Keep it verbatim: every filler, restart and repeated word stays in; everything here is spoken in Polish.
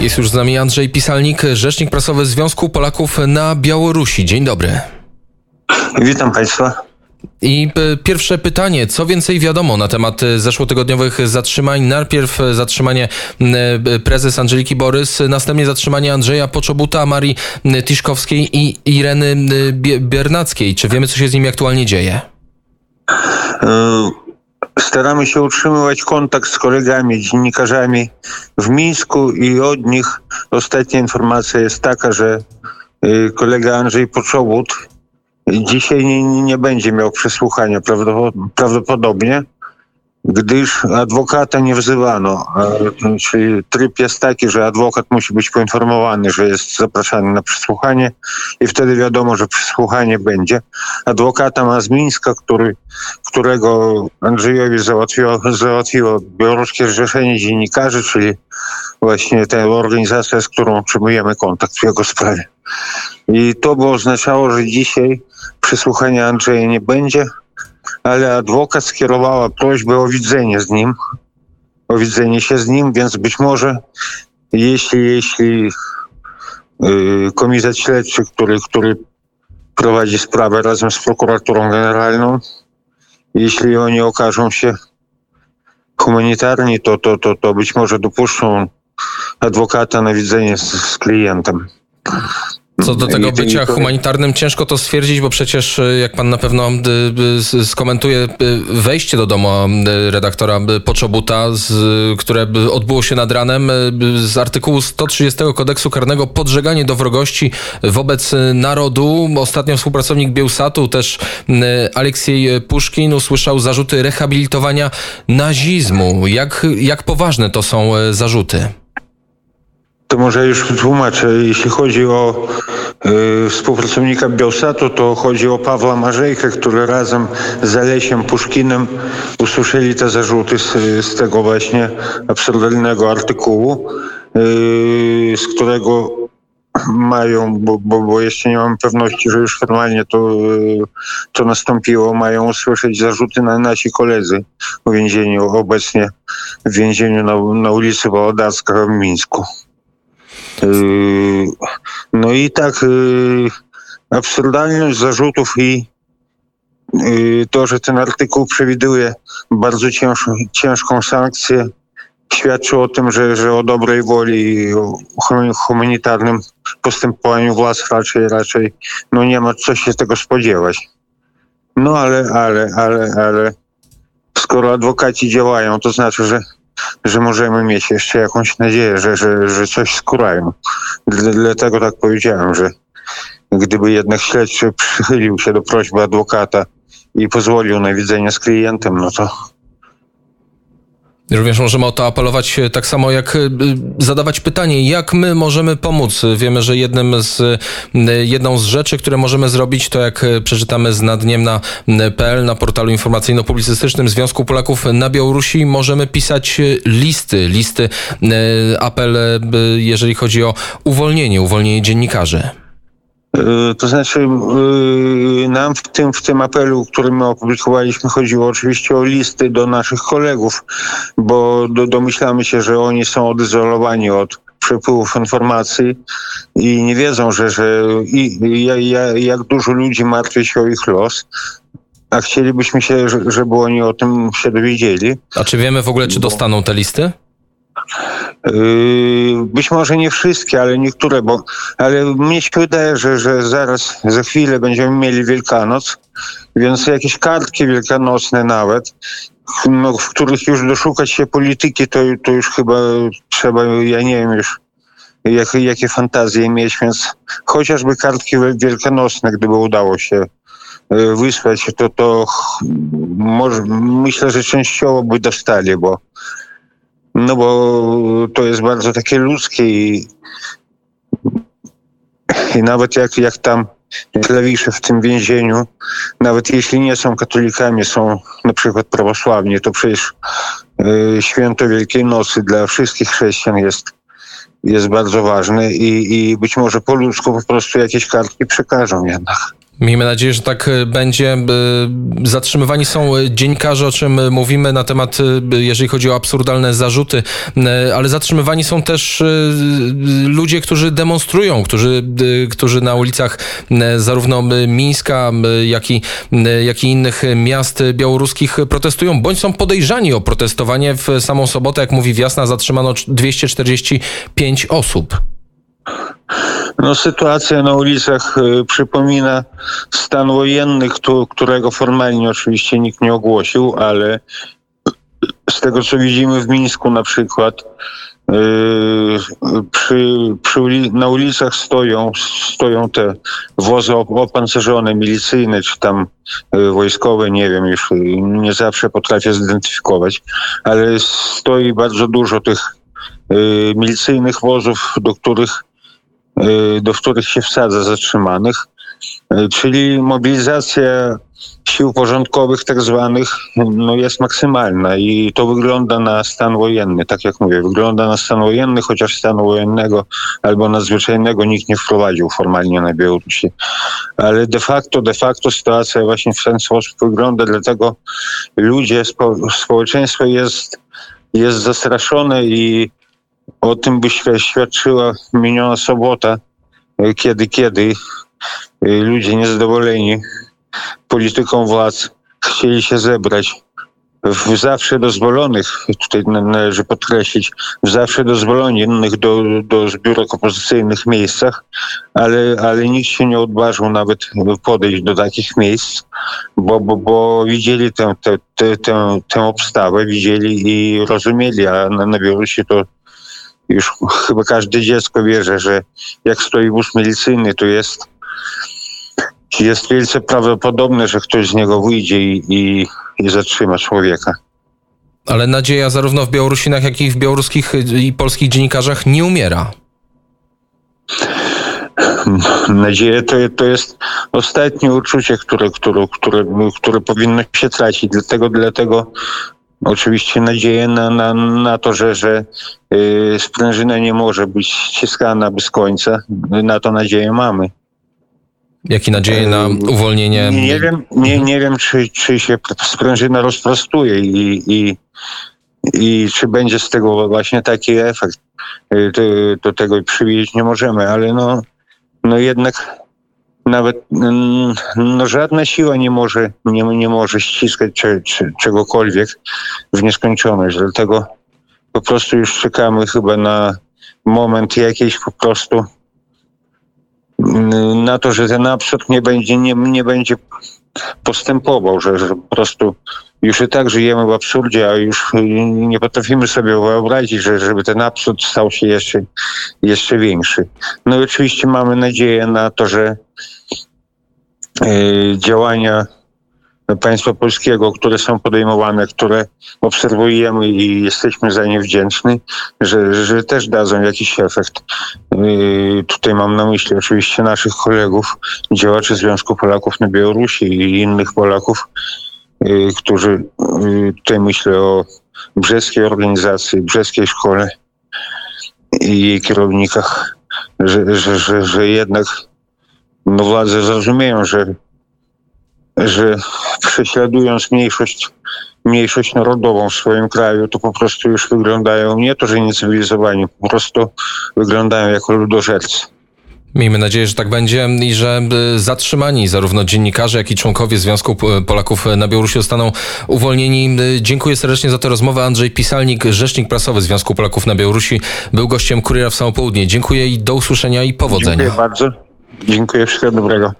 Jest już z nami Andrzej Pisalnik, rzecznik prasowy Związku Polaków na Białorusi. Dzień dobry. Witam Państwa. I pierwsze pytanie, co więcej wiadomo na temat zeszłotygodniowych zatrzymań? Najpierw zatrzymanie prezes Andżeliki Borys, następnie zatrzymanie Andrzeja Poczobuta, Marii Tiszkowskiej i Ireny Biernackiej. Czy wiemy, co się z nimi aktualnie dzieje? Staramy się utrzymywać kontakt z kolegami, dziennikarzami w Mińsku i od nich ostatnia informacja jest taka, że kolega Andrzej Poczobut dzisiaj nie, nie będzie miał przesłuchania prawdopodobnie, gdyż adwokata nie wzywano. Czyli tryb jest taki, że adwokat musi być poinformowany, że jest zapraszany na przesłuchanie i wtedy wiadomo, że przesłuchanie będzie. Adwokata ma z Mińska, który, którego Andrzejowi załatwiło, załatwiło Białoruskie Zrzeszenie Dziennikarzy, czyli właśnie ta organizacja, z którą utrzymujemy kontakt w jego sprawie. I to by oznaczało, że dzisiaj przesłuchania Andrzeja nie będzie, ale adwokat skierowała prośbę o widzenie z nim, o widzenie się z nim, więc być może jeśli, jeśli yy, Komitet Śledczy, który, który prowadzi sprawę razem z prokuraturą generalną, jeśli oni okażą się humanitarni, to, to, to, to być może dopuszczą adwokata na widzenie z, z klientem. Co do tego bycia humanitarnym ciężko to stwierdzić, bo przecież, jak pan na pewno skomentuje, wejście do domu redaktora Poczobuta, które odbyło się nad ranem, z artykułu sto trzydziestego kodeksu karnego podżeganie do wrogości wobec narodu. Ostatnio współpracownik Biełsatu, też Aleksiej Puszkin, usłyszał zarzuty rehabilitowania nazizmu. Jak, jak poważne to są zarzuty? To może już tłumaczę. Jeśli chodzi o y, współpracownika Biełsatu, to chodzi o Pawła Marzejkę, który razem z Alesiem Puszkinem usłyszeli te zarzuty z, z tego właśnie absurdalnego artykułu, y, z którego mają, bo, bo, bo jeszcze nie mam pewności, że już formalnie to, y, to nastąpiło, mają usłyszeć zarzuty na nasi koledzy w więzieniu, obecnie w więzieniu na, na ulicy Wołodarska w Mińsku. No i tak absurdalność zarzutów i to, że ten artykuł przewiduje bardzo ciężką, ciężką sankcję, świadczy o tym, że, że o dobrej woli i o humanitarnym postępowaniu władz raczej, raczej no nie ma co się tego spodziewać. No ale, ale, ale, ale skoro adwokaci działają, to znaczy, że że możemy mieć jeszcze jakąś nadzieję, że, że, że coś skurają. Dlatego tak powiedziałem, że gdyby jednak śledczy przychylił się do prośby adwokata i pozwolił na widzenie z klientem, no to... Również możemy o to apelować, tak samo jak zadawać pytanie, jak my możemy pomóc. Wiemy, że jednym z, jedną z rzeczy, które możemy zrobić, to jak przeczytamy z nadniemna kropka p l na portalu informacyjno-publicystycznym Związku Polaków na Białorusi, możemy pisać listy, listy, apel, jeżeli chodzi o uwolnienie, uwolnienie dziennikarzy. To znaczy nam w tym, w tym apelu, który my opublikowaliśmy, chodziło oczywiście o listy do naszych kolegów, bo do, domyślamy się, że oni są odizolowani od przepływów informacji i nie wiedzą, że, że i, i, jak dużo ludzi martwi się o ich los, a chcielibyśmy się, żeby oni o tym się dowiedzieli. A czy wiemy w ogóle, czy dostaną te listy? Być może nie wszystkie, ale niektóre, bo ale mnie się wydaje, że, że zaraz, za chwilę będziemy mieli Wielkanoc, więc jakieś kartki wielkanocne nawet, no, w których już doszukać się polityki, to, to już chyba trzeba, ja nie wiem już, jak, jakie fantazje mieć, więc chociażby kartki wielkanocne, gdyby udało się wysłać, to, to może, myślę, że częściowo by dostali, bo No bo to jest bardzo takie ludzkie i, i nawet jak, jak tam klawisze w tym więzieniu, nawet jeśli nie są katolikami, są na przykład prawosławni, to przecież y, święto Wielkiej Nocy dla wszystkich chrześcijan jest, jest bardzo ważne i, i być może po ludzku po prostu jakieś kartki przekażą jednak. Miejmy nadzieję, że tak będzie. Zatrzymywani są dziennikarze, o czym mówimy na temat, jeżeli chodzi o absurdalne zarzuty, ale zatrzymywani są też ludzie, którzy demonstrują, którzy, którzy na ulicach zarówno Mińska, jak i, jak i innych miast białoruskich protestują, bądź są podejrzani o protestowanie. W samą sobotę, jak mówi Wiasna, zatrzymano dwieście czterdzieści pięć osób. No, sytuacja na ulicach y, przypomina stan wojenny, któ- którego formalnie oczywiście nikt nie ogłosił, ale z tego, co widzimy w Mińsku na przykład, y, przy, przy uli- na ulicach stoją, stoją te wozy op- opancerzone, milicyjne, czy tam y, wojskowe, nie wiem, już y, nie zawsze potrafię zidentyfikować, ale stoi bardzo dużo tych y, milicyjnych wozów, do których do których się wsadza zatrzymanych, czyli mobilizacja sił porządkowych tak zwanych no jest maksymalna i to wygląda na stan wojenny, tak jak mówię, wygląda na stan wojenny, chociaż stanu wojennego albo nadzwyczajnego nikt nie wprowadził formalnie na Białorusi. Ale de facto, de facto sytuacja właśnie w ten sposób wygląda, dlatego ludzie, spo, społeczeństwo jest, jest zastraszone i o tym by świadczyła miniona sobota, kiedy, kiedy ludzie niezadowoleni polityką władz chcieli się zebrać w zawsze dozwolonych, tutaj należy podkreślić, w zawsze dozwolonych do, do zbiórek opozycyjnych miejscach, ale, ale nikt się nie odważył nawet podejść do takich miejsc, bo, bo, bo widzieli tę, tę, tę, tę, tę obstawę, widzieli i rozumieli, a na, na Białorusi to już chyba każde dziecko wierzy, że jak stoi wóz milicyjny, to jest, jest wielce prawdopodobne, że ktoś z niego wyjdzie i, i, i zatrzyma człowieka. Ale nadzieja zarówno w Białorusinach, jak i w białoruskich i polskich dziennikarzach nie umiera. Nadzieja to, to jest ostatnie uczucie, które, które, które, które powinno się tracić. Dlatego, dlatego oczywiście nadzieję na, na, na to, że, że yy, sprężyna nie może być ściskana bez końca. Na to nadzieję mamy. Jak i nadzieję na uwolnienie? Nie, nie wiem, nie, nie wiem czy, czy się sprężyna rozprostuje i, i, i czy będzie z tego właśnie taki efekt. Yy, to, do tego przewidzieć nie możemy, ale no, no jednak nawet no, żadna siła nie może, nie, nie może ściskać czy, czy, czegokolwiek w nieskończoność. Dlatego po prostu już czekamy chyba na moment jakiejś po prostu na to, że ten absurd nie będzie, nie, nie będzie postępował, że, że po prostu już i tak żyjemy w absurdzie, a już nie potrafimy sobie wyobrazić, że, żeby ten absurd stał się jeszcze, jeszcze większy. No i oczywiście mamy nadzieję na to, że y, działania państwa polskiego, które są podejmowane, które obserwujemy i jesteśmy za nie wdzięczni, że, że też dadzą jakiś efekt. Yy, tutaj mam na myśli oczywiście naszych kolegów, działaczy Związku Polaków na Białorusi i innych Polaków, yy, którzy, yy, tutaj myślę o brzeskiej organizacji, brzeskiej szkole i jej kierownikach, że, że, że, że jednak no, władze zrozumieją, że że prześladując mniejszość, mniejszość narodową w swoim kraju, to po prostu już wyglądają nie to, że niecywilizowani, po prostu wyglądają jako ludożercy. Miejmy nadzieję, że tak będzie i że zatrzymani zarówno dziennikarze, jak i członkowie Związku Polaków na Białorusi zostaną uwolnieni. Dziękuję serdecznie za tę rozmowę. Andrzej Pisalnik, rzecznik prasowy Związku Polaków na Białorusi, był gościem Kuriera w Samo Południe. Dziękuję i do usłyszenia i powodzenia. Dziękuję bardzo. Dziękuję. Wszystkiego dobrego.